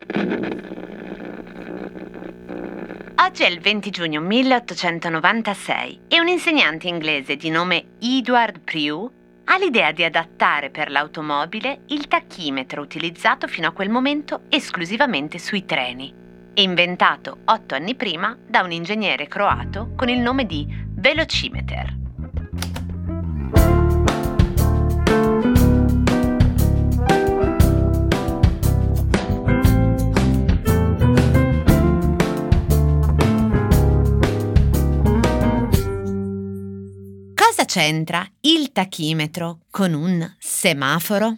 Oggi è il 20 giugno 1896 e un insegnante inglese di nome Edward Prew ha l'idea di adattare per l'automobile il tachimetro utilizzato fino a quel momento esclusivamente sui treni e inventato 8 anni prima da un ingegnere croato con il nome di velocimeter. Cosa c'entra il tachimetro con un semaforo?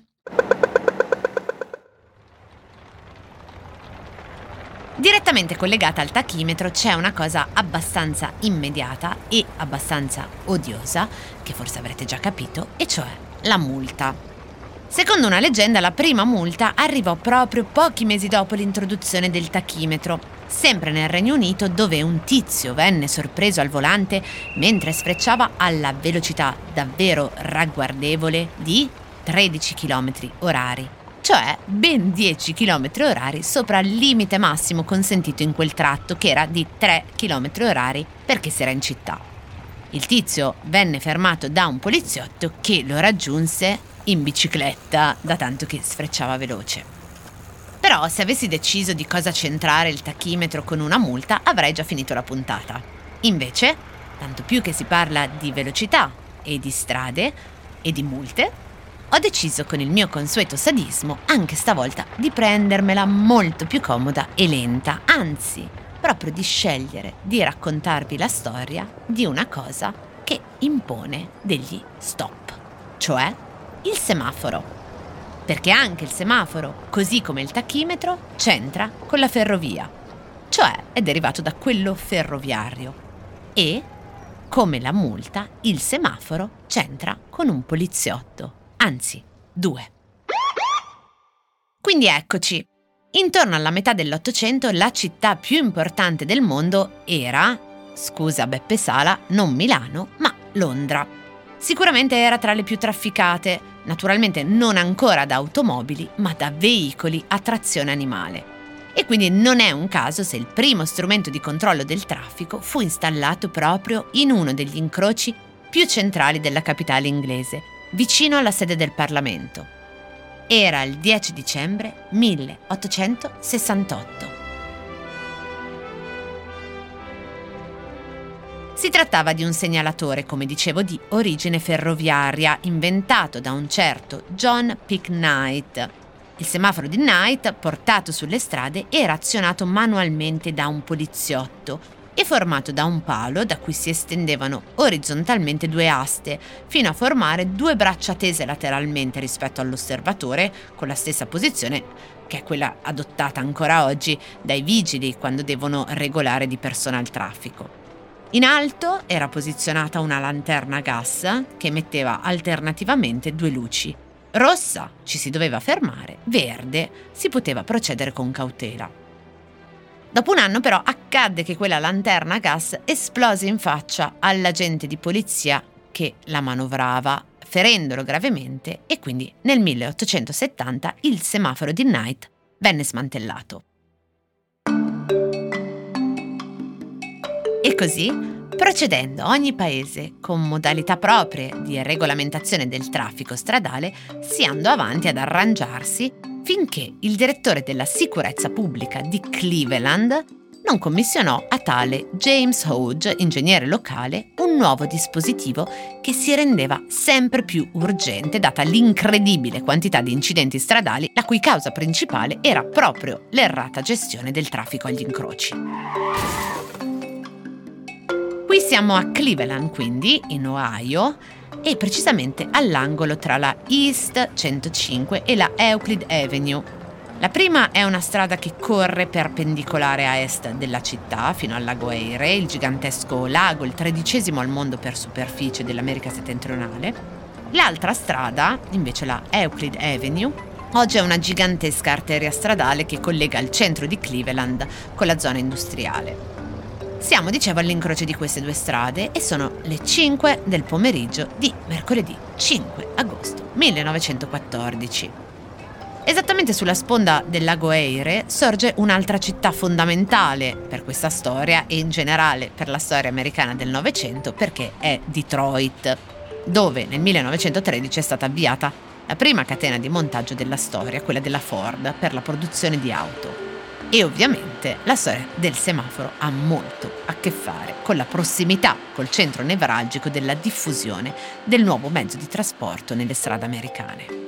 Direttamente collegata al tachimetro c'è una cosa abbastanza immediata e abbastanza odiosa, che forse avrete già capito, e cioè la multa. Secondo una leggenda, la prima multa arrivò proprio pochi mesi dopo l'introduzione del tachimetro, sempre nel Regno Unito, dove un tizio venne sorpreso al volante mentre sfrecciava alla velocità davvero ragguardevole di 13 km orari, cioè ben 10 km orari sopra il limite massimo consentito in quel tratto, che era di 3 km orari perché si era in città. Il tizio venne fermato da un poliziotto che lo raggiunse in bicicletta, da tanto che sfrecciava veloce. Però se avessi deciso di cosa c'entrare il tachimetro con una multa, avrei già finito la puntata. Invece, tanto più che si parla di velocità e di strade e di multe, ho deciso con il mio consueto sadismo anche stavolta di prendermela molto più comoda e lenta, anzi, proprio di scegliere di raccontarvi la storia di una cosa che impone degli stop, cioè il semaforo. Perché anche il semaforo, così come il tachimetro, c'entra con la ferrovia, cioè è derivato da quello ferroviario. E, come la multa, il semaforo c'entra con un poliziotto, anzi, 2. Quindi eccoci. Intorno alla metà dell'Ottocento la città più importante del mondo era, scusa Beppe Sala, non Milano, ma Londra. Sicuramente era tra le più trafficate, naturalmente non ancora da automobili, ma da veicoli a trazione animale. E quindi non è un caso se il primo strumento di controllo del traffico fu installato proprio in uno degli incroci più centrali della capitale inglese, vicino alla sede del Parlamento. Era il 10 dicembre 1868. Si trattava di un segnalatore, come dicevo, di origine ferroviaria, inventato da un certo John Pick Knight. Il semaforo di Knight, portato sulle strade, era azionato manualmente da un poliziotto e formato da un palo da cui si estendevano orizzontalmente 2 aste, fino a formare 2 braccia tese lateralmente rispetto all'osservatore, con la stessa posizione che è quella adottata ancora oggi dai vigili quando devono regolare di persona il traffico. In alto era posizionata una lanterna a gas che emetteva alternativamente 2 luci. Rossa, ci si doveva fermare; verde, si poteva procedere con cautela. Dopo un anno però accadde che quella lanterna a gas esplose in faccia all'agente di polizia che la manovrava, ferendolo gravemente, e quindi nel 1870 il semaforo di Knight venne smantellato. E così, procedendo ogni paese con modalità proprie di regolamentazione del traffico stradale, si andò avanti ad arrangiarsi finché il direttore della sicurezza pubblica di Cleveland non commissionò a tale James Hodge, ingegnere locale, un nuovo dispositivo che si rendeva sempre più urgente data l'incredibile quantità di incidenti stradali, la cui causa principale era proprio l'errata gestione del traffico agli incroci. Qui siamo a Cleveland, quindi, in Ohio, e precisamente all'angolo tra la East 105 e la Euclid Avenue. La prima è una strada che corre perpendicolare a est della città fino al lago Erie, il gigantesco lago, il 13° al mondo per superficie dell'America settentrionale. L'altra strada, invece la Euclid Avenue, oggi è una gigantesca arteria stradale che collega il centro di Cleveland con la zona industriale. Siamo, dicevo, all'incrocio di queste 2 strade e sono le 5 del pomeriggio di mercoledì 5 agosto 1914. Esattamente sulla sponda del lago Erie sorge un'altra città fondamentale per questa storia e in generale per la storia americana del Novecento, perché è Detroit, dove nel 1913 è stata avviata la prima catena di montaggio della storia, quella della Ford, per la produzione di auto. E ovviamente la storia del semaforo ha molto a che fare con la prossimità col centro nevralgico della diffusione del nuovo mezzo di trasporto nelle strade americane.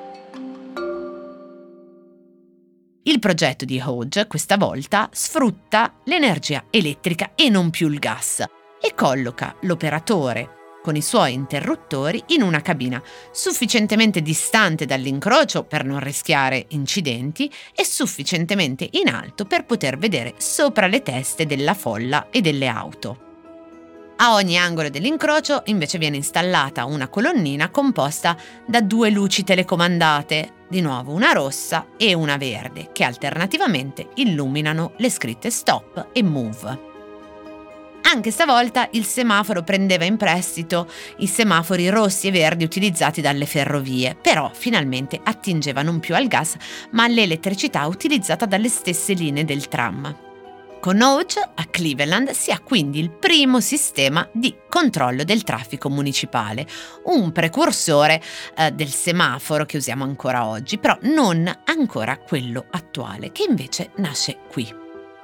Il progetto di Hodge, questa volta, sfrutta l'energia elettrica e non più il gas e colloca l'operatore con i suoi interruttori in una cabina sufficientemente distante dall'incrocio per non rischiare incidenti e sufficientemente in alto per poter vedere sopra le teste della folla e delle auto. A ogni angolo dell'incrocio invece viene installata una colonnina composta da 2 luci telecomandate, di nuovo una rossa e una verde, che alternativamente illuminano le scritte stop e move. Anche stavolta il semaforo prendeva in prestito i semafori rossi e verdi utilizzati dalle ferrovie, però finalmente attingeva non più al gas ma all'elettricità utilizzata dalle stesse linee del tram. Con Hodge a Cleveland si ha quindi il primo sistema di controllo del traffico municipale, un precursore del semaforo che usiamo ancora oggi, però non ancora quello attuale, che invece nasce qui.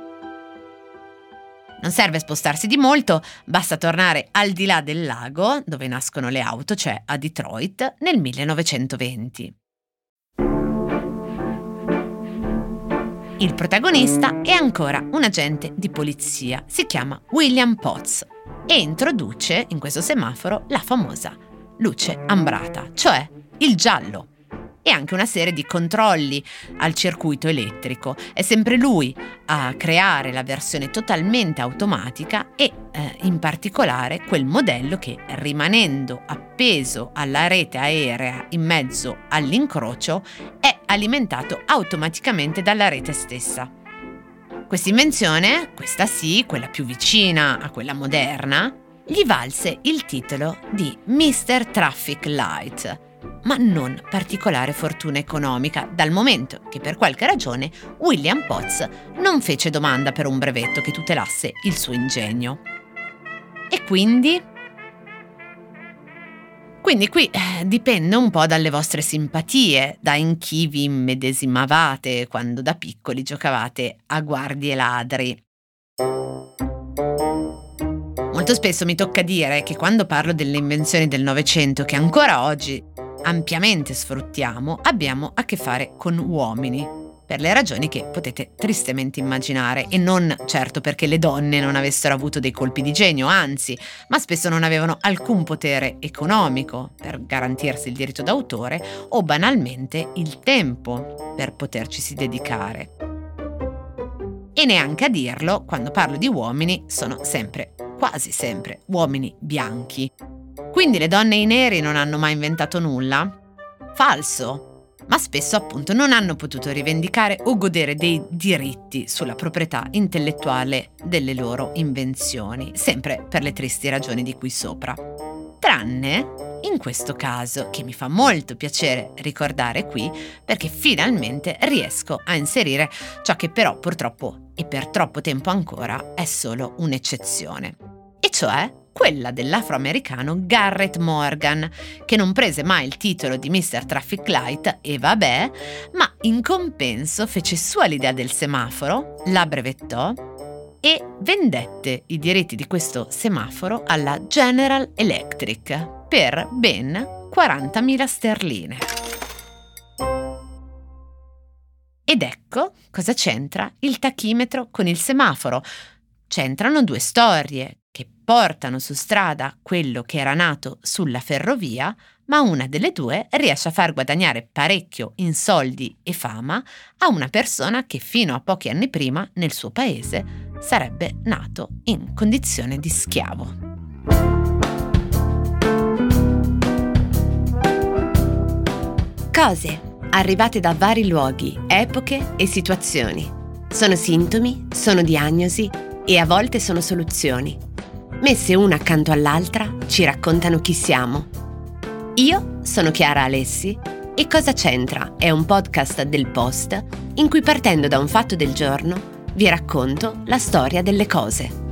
Non serve spostarsi di molto, basta tornare al di là del lago, dove nascono le auto, cioè a Detroit, nel 1920. Il protagonista è ancora un agente di polizia, si chiama William Potts e introduce in questo semaforo la famosa luce ambrata, cioè il giallo, e anche una serie di controlli al circuito elettrico. È sempre lui a creare la versione totalmente automatica e in particolare quel modello che, rimanendo appeso alla rete aerea in mezzo all'incrocio, è alimentato automaticamente dalla rete stessa. Questa invenzione, questa sì, quella più vicina a quella moderna, gli valse il titolo di Mr. Traffic Light, ma non particolare fortuna economica, dal momento che per qualche ragione William Potts non fece domanda per un brevetto che tutelasse il suo ingegno. E quindi qui dipende un po' dalle vostre simpatie, da in chi vi immedesimavate quando da piccoli giocavate a guardie ladri. Molto spesso mi tocca dire che quando parlo delle invenzioni del Novecento che ancora oggi ampiamente sfruttiamo, abbiamo a che fare con uomini, per le ragioni che potete tristemente immaginare, e non certo perché le donne non avessero avuto dei colpi di genio, anzi, ma spesso non avevano alcun potere economico per garantirsi il diritto d'autore o banalmente il tempo per potercisi dedicare. E neanche a dirlo, quando parlo di uomini, sono sempre, quasi sempre, uomini bianchi. Quindi le donne e i neri non hanno mai inventato nulla? Falso! Ma spesso appunto non hanno potuto rivendicare o godere dei diritti sulla proprietà intellettuale delle loro invenzioni, sempre per le tristi ragioni di qui sopra. Tranne in questo caso, che mi fa molto piacere ricordare qui, perché finalmente riesco a inserire ciò che però purtroppo e per troppo tempo ancora è solo un'eccezione, e cioè quella dell'afroamericano Garrett Morgan, che non prese mai il titolo di Mr. Traffic Light, e vabbè, ma in compenso fece sua l'idea del semaforo, la brevettò e vendette i diritti di questo semaforo alla General Electric per ben 40.000 sterline. Ed ecco cosa c'entra il tachimetro con il semaforo. C'entrano due storie che portano su strada quello che era nato sulla ferrovia, ma una delle due riesce a far guadagnare parecchio in soldi e fama a una persona che fino a pochi anni prima nel suo paese sarebbe nato in condizione di schiavo. Cose arrivate da vari luoghi, epoche e situazioni. Sono sintomi, sono diagnosi e a volte sono soluzioni. Messe una accanto all'altra ci raccontano chi siamo. Io sono Chiara Alessi E Cosa c'entra è un podcast del Post in cui, partendo da un fatto del giorno, vi racconto la storia delle cose.